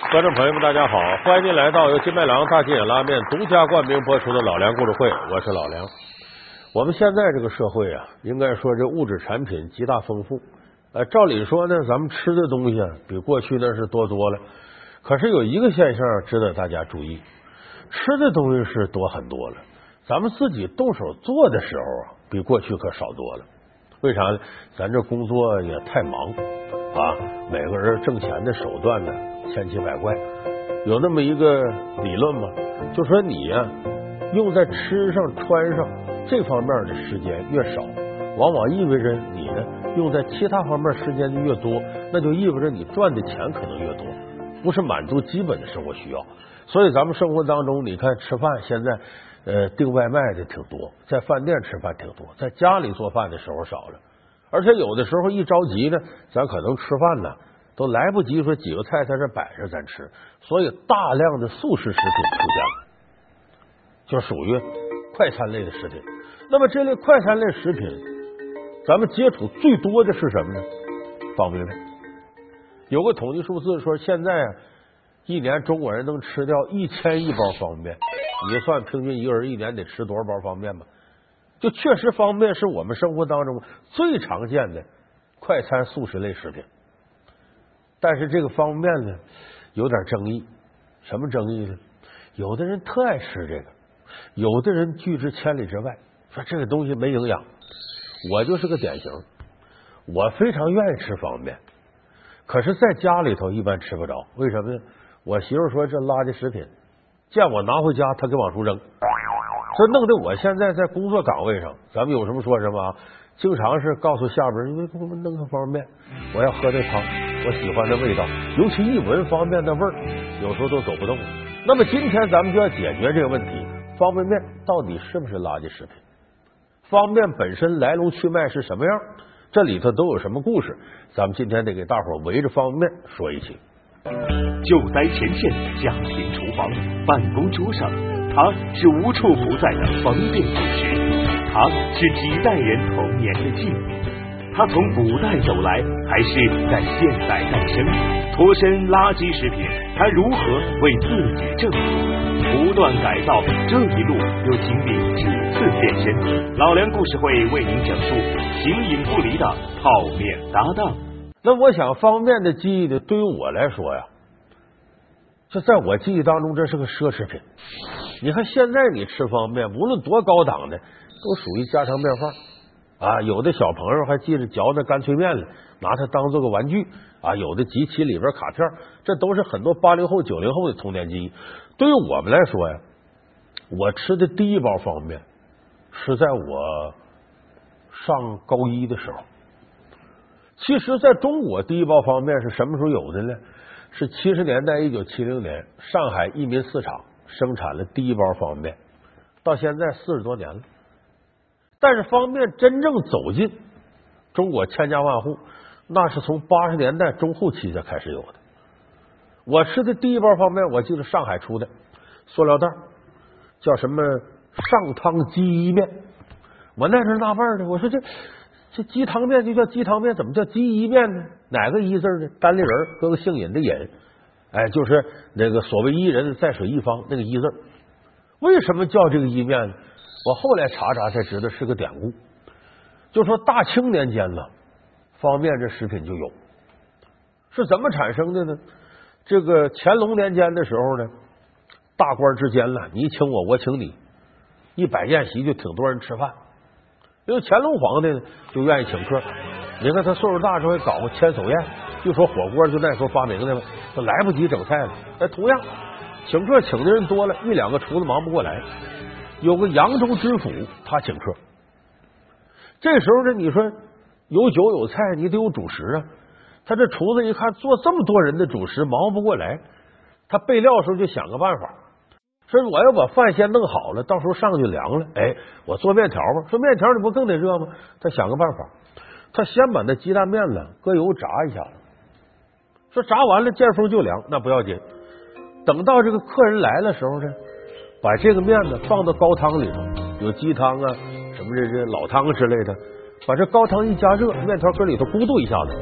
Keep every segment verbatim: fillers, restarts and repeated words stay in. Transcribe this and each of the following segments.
观众朋友们，大家好，欢迎您来到由金麦郎大金眼拉面独家冠名播出的老梁故事会，我是老梁。我们现在这个社会啊，应该说这物质产品极大丰富。呃，照理说呢，咱们吃的东西啊，比过去那是多多了。可是有一个现象值得大家注意，吃的东西是多很多了，咱们自己动手做的时候啊，比过去可少多了。为啥呢？咱这工作也太忙啊，每个人挣钱的手段呢千奇百怪。有那么一个理论嘛，就说你呀、啊、用在吃上穿上这方面的时间越少，往往意味着你呢用在其他方面时间就越多，那就意味着你赚的钱可能越多，不是满足基本的生活需要。所以咱们生活当中，你看吃饭现在呃订外卖的挺多，在饭店吃饭挺多，在家里做饭的时候少了。而且有的时候一着急呢，咱可能吃饭呢都来不及说几个菜在这摆着咱吃，所以大量的速食食品出现了，就属于快餐类的食品。那么这类快餐类食品咱们接触最多的是什么呢？方便面。有个统计数字说，现在啊一年中国人能吃掉一千亿包方便面，你就算平均一个人一年得吃多少包方便面吧。就确实方便面是我们生活当中最常见的快餐速食类食品。但是这个方便面呢有点争议。什么争议呢？有的人特爱吃这个，有的人拒之千里之外，说这个东西没营养。我就是个典型，我非常愿意吃方便面，可是在家里头一般吃不着。为什么呢？我媳妇说这垃圾食品，见我拿回家她给往出扔，这弄得我现在在工作岗位上，咱们有什么说什么啊，经常是告诉下边因为给我们弄个方便面，我要喝这汤，我喜欢的味道，尤其一闻方便面的味儿，有时候都走不动了。那么今天咱们就要解决这个问题，方便面到底是不是垃圾食品？方便面本身来龙去脉是什么样？这里头都有什么故事？咱们今天得给大伙围着方便面说一起。 救灾前线，家庭厨房，办公桌上，它是无处不在的方便主食，它是几代人童年的记忆，它从古代走来，还是在现代诞生？脱身垃圾食品，它如何为自己证明？不断改造，这一路又经历几次变身？老梁故事会为您讲述形影不离的泡面搭档。 那我想方便面的记忆呢，对于我来说呀，这在我记忆当中这是个奢侈品。你看现在你吃方便面，无论多高档的，都属于家常便饭啊。有的小朋友还记着嚼那干脆面了，拿它当做个玩具啊。有的集齐里边卡片，这都是很多八零后九零后的童年记忆。对于我们来说呀，我吃的第一包方便面是在我上高一的时候。其实在中国第一包方便面是什么时候有的呢？是七十年代一九七零年上海益民四厂生产了第一包方便面，到现在四十多年了。但是方便面真正走进中国千家万户，那是从八十年代中后期才开始有的。我吃的第一包方便面，我记得上海出的塑料袋，叫什么上汤鸡衣面。我那时候纳闷呢，我说这这鸡汤面就叫鸡汤面，怎么叫鸡衣面呢？哪个一字呢？单立人和个姓尹的尹，哎，就是那个所谓一人在水一方那个一字。为什么叫这个衣面呢？我后来查查才知道是个典故，就说大清年间呢，方便面这食品就有，是怎么产生的呢？这个乾隆年间的时候呢，大官之间了，你请我，我请你，一摆宴席就挺多人吃饭。因为乾隆皇帝呢就愿意请客，你看他岁数大时候还搞过千叟宴，就说火锅就那时候发明的嘛，他来不及整菜了。哎，同样请客请的人多了，一两个厨子忙不过来，有个扬州知府他请客。这时候呢，你说有酒有菜，你得有主食啊。他这厨子一看做这么多人的主食忙不过来，他备料的时候就想个办法，说我要把饭先弄好了，到时候上去凉了，哎，我做面条吧。说面条你不更得热吗？他想个办法，他先把那鸡蛋面呢搁油炸一下子，说炸完了见风就凉，那不要紧。等到这个客人来的时候呢，把这个面呢放到高汤里头，有鸡汤啊什么这这老汤之类的，把这高汤一加热，面条搁里头咕嘟一下子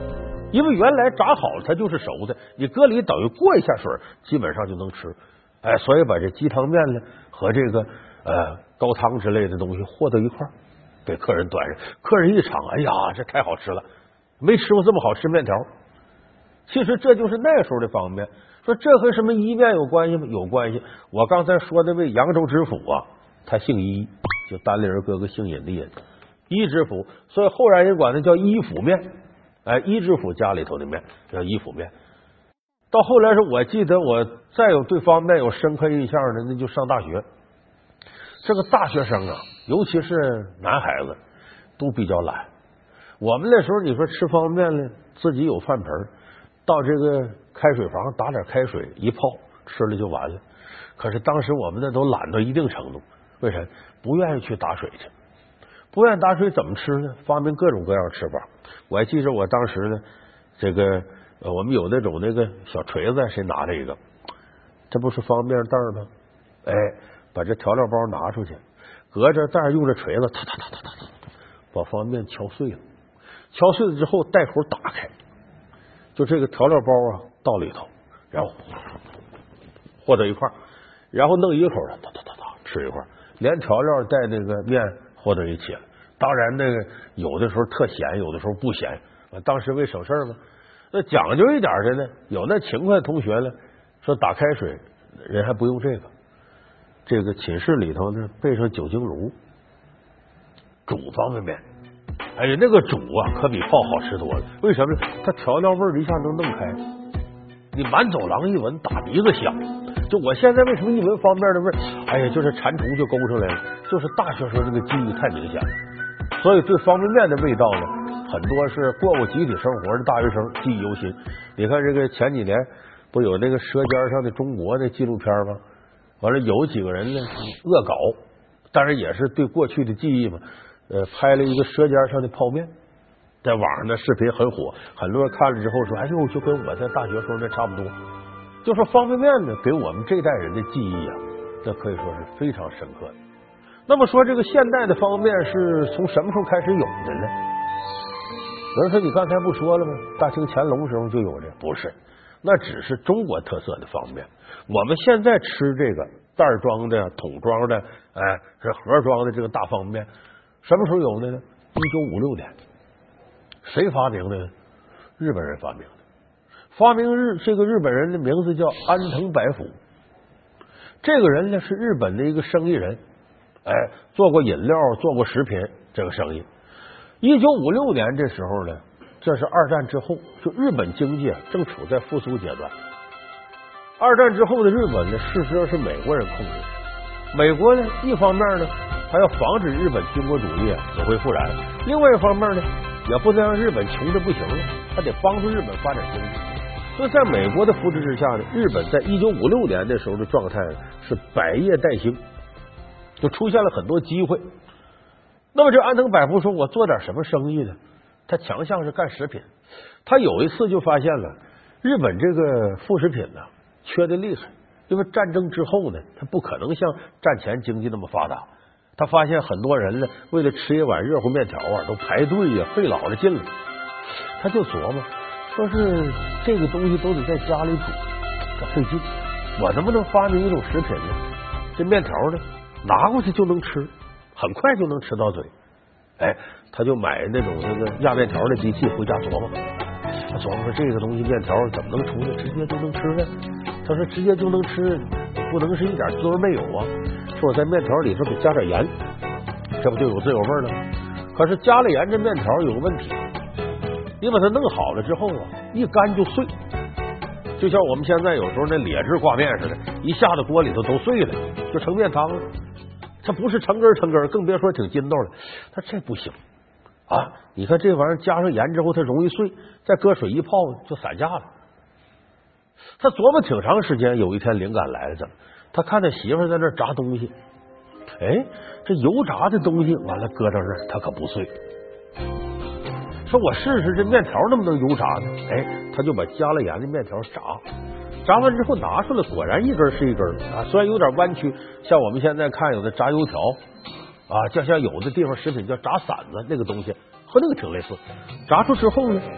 因为原来炸好了它就是熟的，你搁里等于过一下水，基本上就能吃。哎，所以把这鸡汤面呢和这个呃高汤之类的东西和到一块儿，给客人端上。客人一尝，哎呀，这太好吃了，没吃过这么好吃面条。其实这就是那时候的方便。说这和什么伊面有关系吗？有关系。我刚才说那位扬州知府啊，他姓伊，就单立人哥哥姓尹的尹，伊知府，所以后来人管他叫伊府面。哎，伊知府家里头的面叫伊府面。到后来是我记得我再有对方面有深刻印象的，那就上大学。这个大学生啊，尤其是男孩子，都比较懒。我们那时候你说吃方便面呢，自己有饭盆，到这个开水房打点开水一泡，吃了就完了。可是当时我们那都懒到一定程度，为啥？不愿意去打水去，不愿意打水怎么吃呢？发明各种各样吃法。我还记着我当时呢，这个呃，我们有那种那个小锤子，谁拿着一个？这不是方便面袋吗？哎，把这调料包拿出去，隔着袋用着锤子，哒哒哒哒哒哒，把方便面敲碎了。敲碎了之后，袋口打开，就这个调料包啊到里头，然后和到一块儿，然后弄一口的，哒哒哒哒吃一块儿，连调料带那个面和到一起了。当然，那个有的时候特咸，有的时候不咸。当时为省事嘛，那讲究一点的呢，有那勤快同学呢，说打开水，人还不用这个，这个寝室里头呢备上酒精炉，煮方便面。哎呀，那个煮啊，可比泡好吃多了。为什么呢？它调料味儿一下能弄开，你满走廊一闻，打鼻子香。就我现在为什么一闻方便面的味儿，哎呀，就是馋虫就勾上来了，就是大学时候这个记忆太明显了。所以对方便面的味道呢，很多是过过集体生活的大学生记忆犹新。你看这个前几年不有那个《舌尖上的中国》的纪录片吗？完了有几个人呢恶搞，当然也是对过去的记忆嘛。呃，拍了一个《舌尖上的泡面》，在网上的视频很火，很多人看了之后说：“哎呦，就跟我在大学时候那差不多。”就说方便面呢，给我们这代人的记忆啊，这可以说是非常深刻的。那么说，这个现代的方便面是从什么时候开始有的呢？有人说你刚才不说了吗？大清乾隆时候就有这，不是，那只是中国特色的方便面。我们现在吃这个袋装的、桶装的，哎，是盒装的这个大方便面，什么时候有的呢？一九五六年，谁发明的呢？日本人发明的。发明日这个日本人的名字叫安藤百福，这个人呢是日本的一个生意人，哎，做过饮料，做过食品这个生意。一九五六年这时候呢，这是二战之后，就日本经济啊正处在复苏阶段。二战之后的日本呢，事实上是美国人控制。美国呢，一方面呢，还要防止日本军国主义死灰复燃；另外一方面呢，也不能让日本穷的不行了，还得帮助日本发展经济。所以，在美国的扶持之下呢，日本在一九五六年的时候的状态是百业待兴，就出现了很多机会。那么，这安藤百福说：“我做点什么生意呢？”他强项是干食品。他有一次就发现了日本这个副食品呢缺的厉害，因为战争之后呢，他不可能像战前经济那么发达。他发现很多人呢，为了吃一碗热乎面条啊，都排队呀、啊，费老了劲了。他就琢磨。说是这个东西都得在家里煮，这费劲。我能不能发明一种食品呢？这面条呢，拿过去就能吃，很快就能吃到嘴。哎，他就买那种那个压面条的机器，回家琢磨。他琢磨说这个东西面条怎么能出呢？直接就能吃呢？他说直接就能吃，不能是一点滋味没有啊。说我在面条里头给加点盐，这不就有滋有味了？可是加了盐，这面条有个问题。你把它弄好了之后啊，一干就碎，就像我们现在有时候那劣质挂面似的，一下子锅里头都碎了，就成面汤了。它不是成根成根，更别说挺筋道了。它这不行啊！你看这玩意儿加上盐之后，它容易碎，再搁水一泡就散架了。他琢磨挺长时间，有一天灵感来了，怎么？他看他媳妇在那炸东西，哎，这油炸的东西完了搁到这儿，它可不碎。说我试试这面条能不能油炸呢？哎，他就把加了盐的面条炸，炸完之后拿出来，果然一根是一根啊，虽然有点弯曲，像我们现在看有的炸油条啊，就像有的地方食品叫炸馓子那个东西，和那个挺类似。炸出之后呢，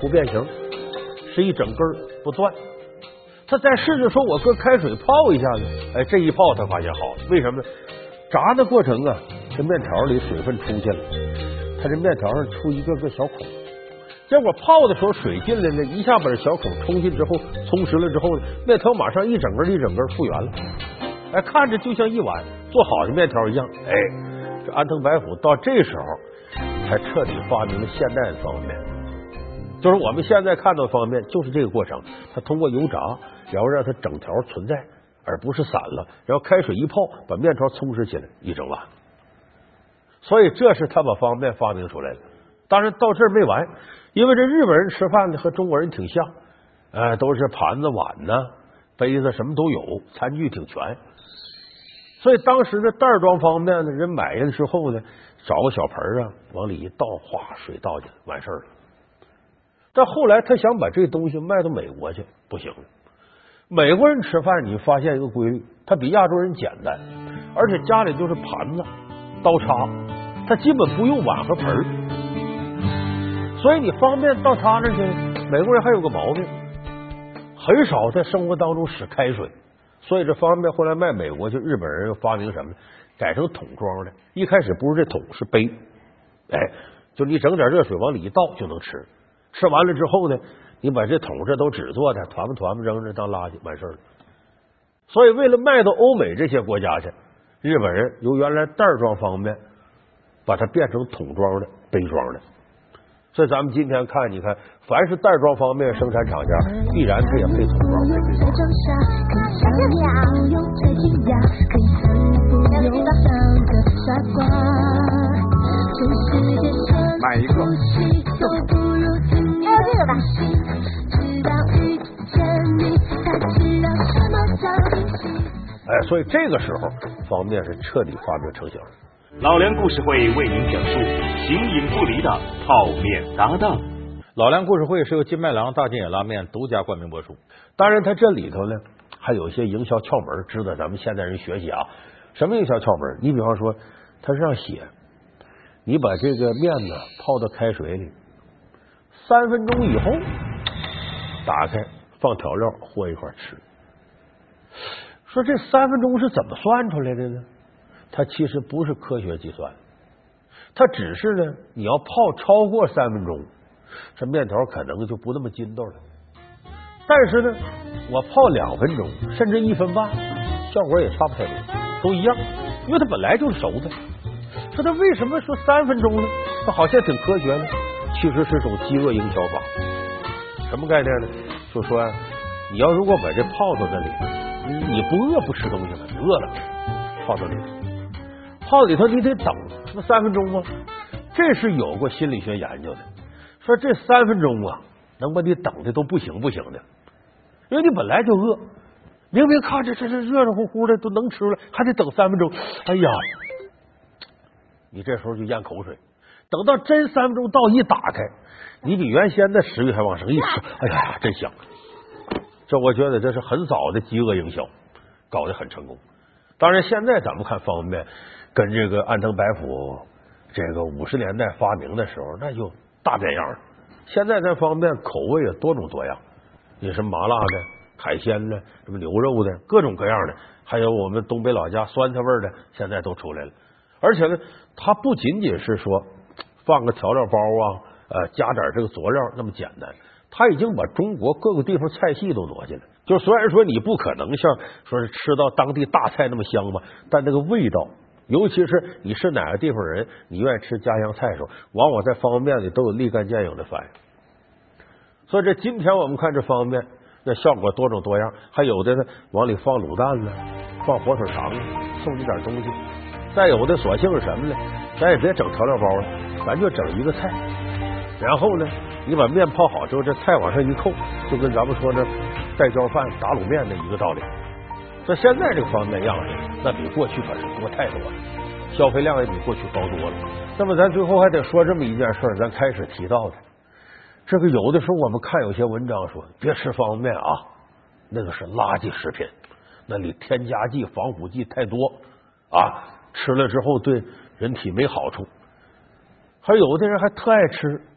不变形，是一整根不断。他再试着说我搁开水泡一下子，哎，这一泡他发现好了，为什么？炸的过程啊，这面条里水分出去了，他这面条上出一个个小孔，结果泡的时候水进来了，一下把这小孔冲进之后，充实了之后，面条马上一整根一整根复原了，哎，看着就像一碗做好的面条一样。哎，这安藤白虎到这时候才彻底发明了现代的方便面，就是我们现在看到的方便面就是这个过程，它通过油炸，然后让它整条存在，而不是散了，然后开水一泡，把面条充实起来，一整碗。所以这是他把方便面发明出来的。当然到这儿没完，因为这日本人吃饭呢和中国人挺像，呃，都是盘子碗呢、杯子什么都有，餐具挺全。所以当时的袋装方便面呢，人买下来之后呢，找个小盆啊，往里一倒，哗，水倒进来，完事儿了。但后来他想把这东西卖到美国去，不行了。美国人吃饭，你发现一个规律，他比亚洲人简单，而且家里就是盘子、刀叉，他基本不用碗和盆儿。所以你方便到他那去，美国人还有个毛病，很少在生活当中使开水。所以这方便面后来卖美国去，日本人又发明什么？改成桶装的。一开始不是这桶，是杯，哎，就你整点热水往里一倒就能吃。吃完了之后呢，你把这桶这都纸做的，团吧团吧扔着当垃圾，完事儿了。所以为了卖到欧美这些国家去，日本人由原来袋装方便面，把它变成桶装的、杯装的。所以咱们今天看，你看，凡是袋装方便面生产厂家，必然它也配桶装、配杯装。 买一个。 还有这个吧。 哎，所以这个时候方便面是彻底发明成型了。 老梁故事会为您讲述形影不离的泡面搭档。 老梁故事会是由金麦郎大金野拉面独家冠名播出。 当然，它这里头呢还有一些营销窍门，值得咱们现代人学习啊。什么营销窍门？你比方说，它是让写，你把这个面呢泡到开水里，三分钟以后打开，放调料和一块吃。说这三分钟是怎么算出来的呢？它其实不是科学计算，它只是呢，你要泡超过三分钟，这面条可能就不那么筋道了。但是呢，我泡两分钟甚至一分半，效果也差不太多，都一样，因为它本来就是熟的。说它为什么说三分钟呢？它好像挺科学呢，其实是种饥饿营销法。什么概念呢？就说啊，你要如果把这泡到那里，你不饿不吃东西了，你饿了泡到里头。泡里头你得等，这不三分钟吗？这是有过心理学研究的，说这三分钟啊，能把你等的都不行不行的，因为你本来就饿，明明看着这是热热乎乎的都能吃了，还得等三分钟，哎呀，你这时候就咽口水。等到真三分钟到一打开，你比原先的食欲还往上一吃，哎呀，真香！这我觉得这是很早的饥饿营销，搞得很成功。当然，现在咱们看方便面，跟这个安藤白虎这个五十年代发明的时候，那就大变样了。现在咱方便面口味也多种多样，有什么麻辣的、海鲜的、什么牛肉的，各种各样的，还有我们东北老家酸菜味的，现在都出来了。而且呢，它不仅仅是说放个调料包啊，呃，加点这个佐料那么简单，它已经把中国各个地方菜系都挪进来。就虽然说你不可能像说是吃到当地大菜那么香吧，但那个味道，尤其是你是哪个地方人，你愿意吃家乡菜的时候，往往在方便面里都有立竿见影的反应。所以这今天我们看这方便面，那效果多种多样，还有的呢往里放卤蛋呢，放火腿肠，送你点东西。再有的索性是什么呢？咱也别整调料包了，咱就整一个菜，然后呢，你把面泡好之后，这菜往上一扣，就跟咱们说这盖浇饭、打卤面的一个道理。所以现在这个方便面样式，那比过去可是多太多了，消费量也比过去高多了。那么咱最后还得说这么一件事儿，咱开始提到的，这个有的时候我们看有些文章说，别吃方便面啊，那个是垃圾食品，那里添加剂、防腐剂太多啊。吃了之后对人体没好处，还有的人还特爱吃，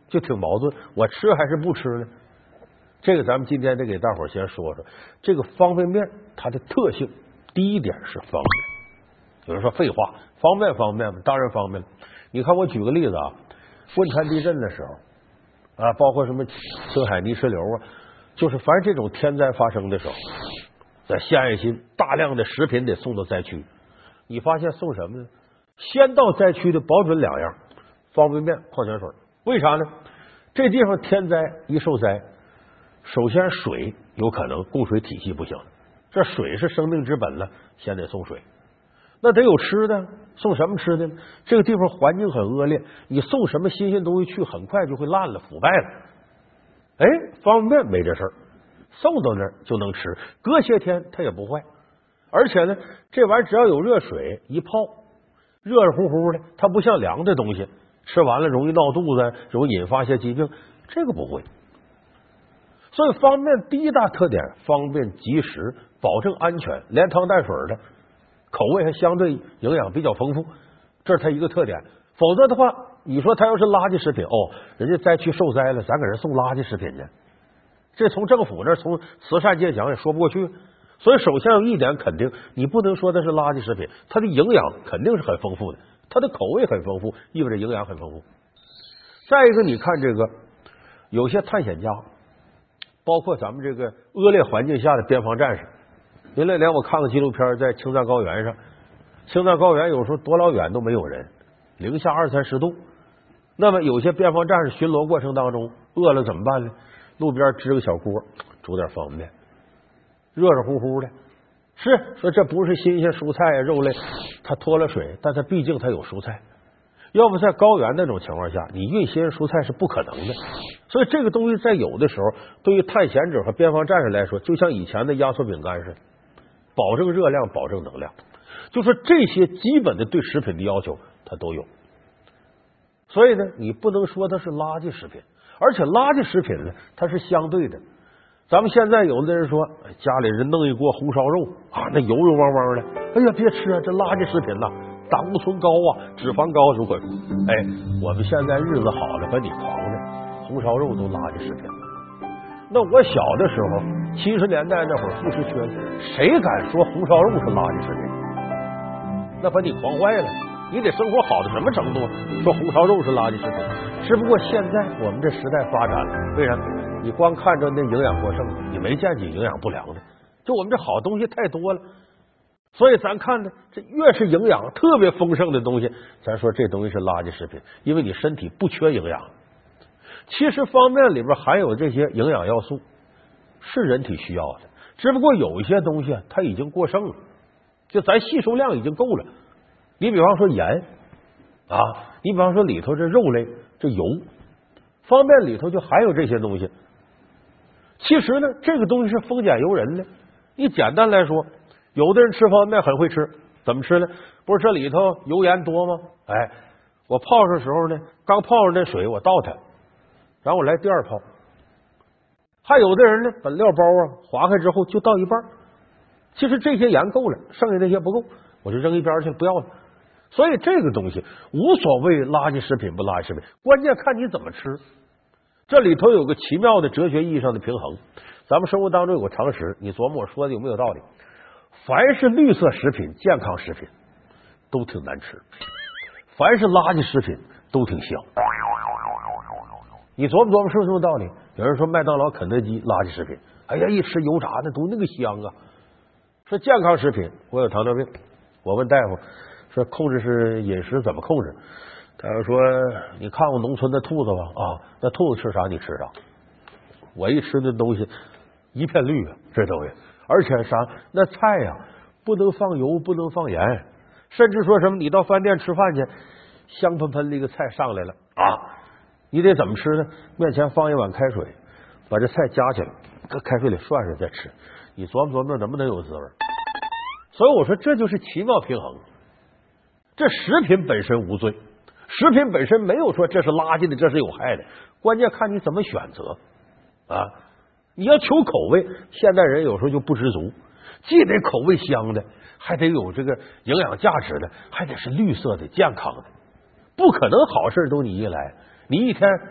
就挺矛盾，我吃还是不吃呢？这个咱们今天得给大伙儿先说说这个方便面它的特性。第一点是方便。有人说废话，方便方便吗？当然方便了。你看我举个例子啊，汶川地震的时候啊，包括什么青海泥石流啊，就是凡是这种天灾发生的时候，在献爱心，大量的食品得送到灾区。你发现送什么呢？先到灾区的保准两样：方便面、矿泉水。为啥呢？这地方天灾一受灾，首先水有可能供水体系不行，这水是生命之本了，先得送水。那得有吃的，送什么吃的呢？这个地方环境很恶劣，你送什么新鲜东西去，很快就会烂了、腐败了。哎，方便面没这事儿，送到那儿就能吃，隔些天它也不坏。而且呢，这玩意儿只要有热水一泡，热热乎乎的，它不像凉的东西，吃完了容易闹肚子，容易引发一些疾病。这个不会。所以方便面第一大特点，方便及时，保证安全，连汤带水的，口味还相对营养比较丰富，这是它一个特点。否则的话，你说它要是垃圾食品，哦，人家灾区受灾了，咱给人送垃圾食品去，这从政府这从慈善界讲也说不过去。所以首先有一点肯定，你不能说它是垃圾食品，它的营养肯定是很丰富的，它的口味很丰富，意味着营养很丰富。再一个，你看这个有些探险家，包括咱们这个恶劣环境下的边防战士，原来连我看个纪录片，在青藏高原上，青藏高原有时候多老远都没有人，零下二三十度。那么有些边防战士巡逻过程当中饿了怎么办呢？路边支个小锅，煮点方便面，热热乎乎的。是说这不是新鲜蔬菜啊肉类，它脱了水，但它毕竟它有蔬菜。要不在高原那种情况下，你运新鲜蔬菜是不可能的。所以这个东西在有的时候，对于探险者和边防战士来说，就像以前的压缩饼干似的，保证热量，保证能量。就说这些基本的对食品的要求，它都有。所以呢，你不能说它是垃圾食品，而且垃圾食品呢，它是相对的。咱们现在有的人说，家里人弄一锅红烧肉啊，那油油汪汪的，哎呀，别吃啊，这垃圾食品呐、啊，胆固醇高啊，脂肪高，如何如何？哎，我们现在日子好了，把你狂的，红烧肉都垃圾食品了。那我小的时候，七十年代那会儿副食缺，谁敢说红烧肉是垃圾食品？那把你狂坏了。你得生活好到什么程度？说红烧肉是垃圾食品，只不过现在我们这时代发展了，为啥？你光看着那营养过剩，你没见几营养不良的。就我们这好东西太多了，所以咱看呢，这越是营养特别丰盛的东西，咱说这东西是垃圾食品，因为你身体不缺营养。其实方便面里边含有这些营养要素，是人体需要的，只不过有一些东西它已经过剩了，就咱吸收量已经够了。你比方说盐啊，你比方说里头这肉类这油，方便面里头就含有这些东西。其实呢，这个东西是丰俭由人的。你简单来说，有的人吃方便面很会吃，怎么吃呢？不是这里头油盐多吗？哎，我泡的时候呢，刚泡上这水我倒它，然后我来第二泡。还有的人呢，把料包啊划开之后就倒一半，其实这些盐够了，剩下那些不够，我就扔一边去了，不要了。所以这个东西无所谓垃圾食品不垃圾食品，关键看你怎么吃。这里头有个奇妙的哲学意义上的平衡。咱们生活当中有个常识，你琢磨我说的有没有道理？凡是绿色食品、健康食品都挺难吃，凡是垃圾食品都挺香。你琢磨琢磨是不是这么道理？有人说麦当劳、肯德基垃圾食品，哎呀，一吃油炸那都那个香啊。说健康食品，我有糖尿病，我问大夫说控制是饮食怎么控制？大夫说你看过农村的兔子吧？啊，那兔子吃啥你吃啥。我一吃那东西一片绿啊，这东西，而且啥那菜呀、啊、不能放油，不能放盐，甚至说什么你到饭店吃饭去，香喷喷的一个菜上来了啊，你得怎么吃呢？面前放一碗开水，把这菜夹起来，搁开水里涮涮再吃，你琢磨琢磨能不能有滋味？所以我说这就是奇妙平衡。这食品本身无罪，食品本身没有说这是垃圾的，这是有害的，关键看你怎么选择啊！你要求口味，现代人有时候就不知足，既得口味香的，还得有这个营养价值的，还得是绿色的、健康的，不可能好事都你一来。你一天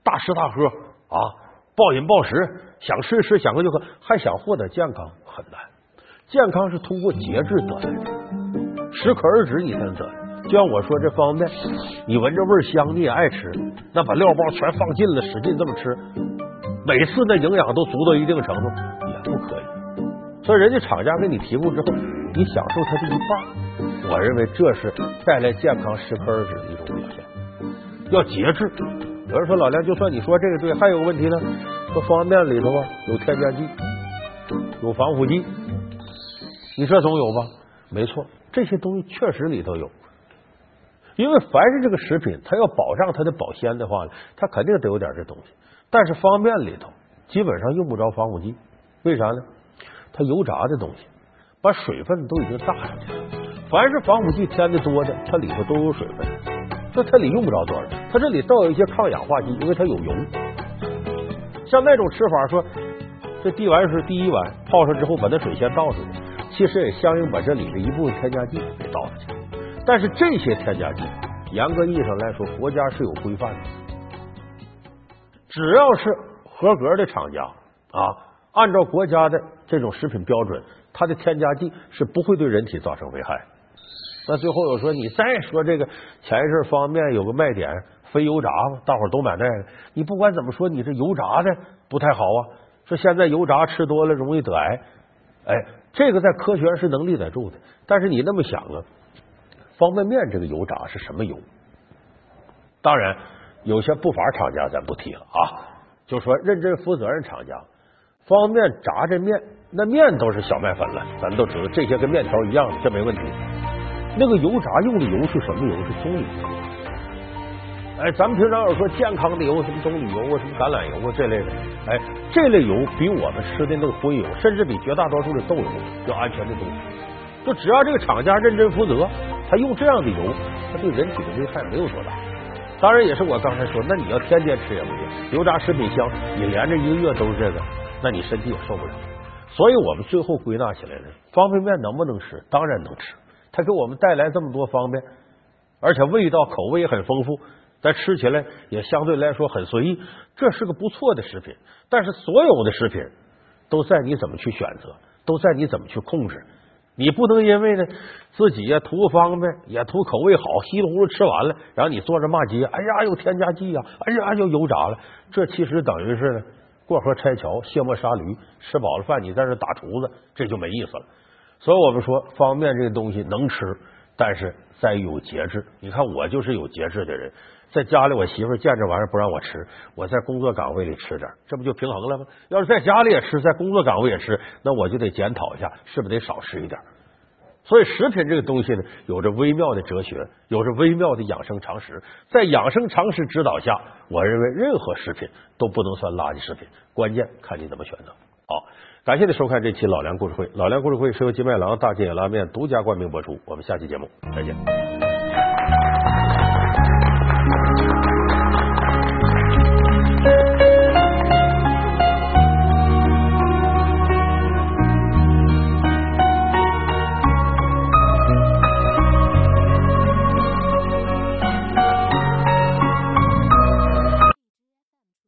大吃大喝啊，暴饮暴食，想吃吃，想喝就喝，还想获得健康很难。健康是通过节制得来的，适可而止你才能得来。就像我说这方便面，你闻着味儿香，你也爱吃，那把料包全放尽了，使劲这么吃，每次那营养都足到一定程度也不可以。所以人家厂家给你提供之后，你享受它的一半，我认为这是带来健康适可而止的一种表现。要节制。有人说老梁，就算你说这个对，还有个问题呢，说方便面里头啊有添加剂，有防腐剂，你这总有吧？没错，这些东西确实里头有。因为凡是这个食品，它要保障它的保鲜的话呢，它肯定得有点这东西。但是方便面里头基本上用不着防腐剂，为啥呢？它油炸的东西把水分都已经炸上去了，凡是防腐剂添的多的，它里头都有水分，所以它里用不着多少。它这里倒有一些抗氧化剂，因为它有油。像那种吃法，说这滴完水第一碗泡上之后，把那水先倒出去，其实也相应把这里的一部分添加剂给倒出去。但是这些添加剂，严格意义上来说，国家是有规范的。只要是合格的厂家啊，按照国家的这种食品标准，它的添加剂是不会对人体造成危害。那最后有说你再说这个前一阵方便面有个卖点非油炸嘛，大伙儿都买那个。你不管怎么说，你这油炸的不太好啊。说现在油炸吃多了容易得癌，哎，这个在科学上是能立得住的。但是你那么想啊，方便面这个油炸是什么油？当然，有些不法厂家咱不提了啊，就说认真负责任厂家，方便面炸这面，那面都是小麦粉了，咱都知道这些跟面条一样的，这没问题。那个油炸用的油是什么油？是棕榈油。哎，咱们平常有说健康的油，什么棕榈油啊，什么橄榄油啊这类的，哎，这类油比我们吃的那个荤油，甚至比绝大多数的豆油要安全的多。就只要这个厂家认真负责，他用这样的油，他对人体的危害没有多大。当然也是我刚才说，那你要天天吃也不行，油炸食品香，你连着一个月都是这个，那你身体也受不了。所以我们最后归纳起来呢，方便面能不能吃？当然能吃，它给我们带来这么多方便，而且味道口味也很丰富，但吃起来也相对来说很随意，这是个不错的食品。但是所有的食品都在你怎么去选择，都在你怎么去控制。你不能因为呢自己呀图方便，也图口味好，稀里糊涂吃完了，然后你坐着骂街，哎呀有添加剂呀，哎呀又油炸了，这其实等于是呢过河拆桥，卸磨杀驴，吃饱了饭你在这打厨子，这就没意思了。所以我们说方便面这个东西能吃，但是在于有节制。你看我就是有节制的人，在家里我媳妇见这玩意儿不让我吃，我在工作岗位里吃点，这不就平衡了吗？要是在家里也吃，在工作岗位也吃，那我就得检讨一下，是不是得少吃一点。所以食品这个东西呢，有着微妙的哲学，有着微妙的养生常识。在养生常识指导下，我认为任何食品都不能算垃圾食品，关键看你怎么选择。好，感谢你收看这期老梁故事会。老梁故事会是由金麦郎大金野拉面独家冠名播出，我们下期节目再见。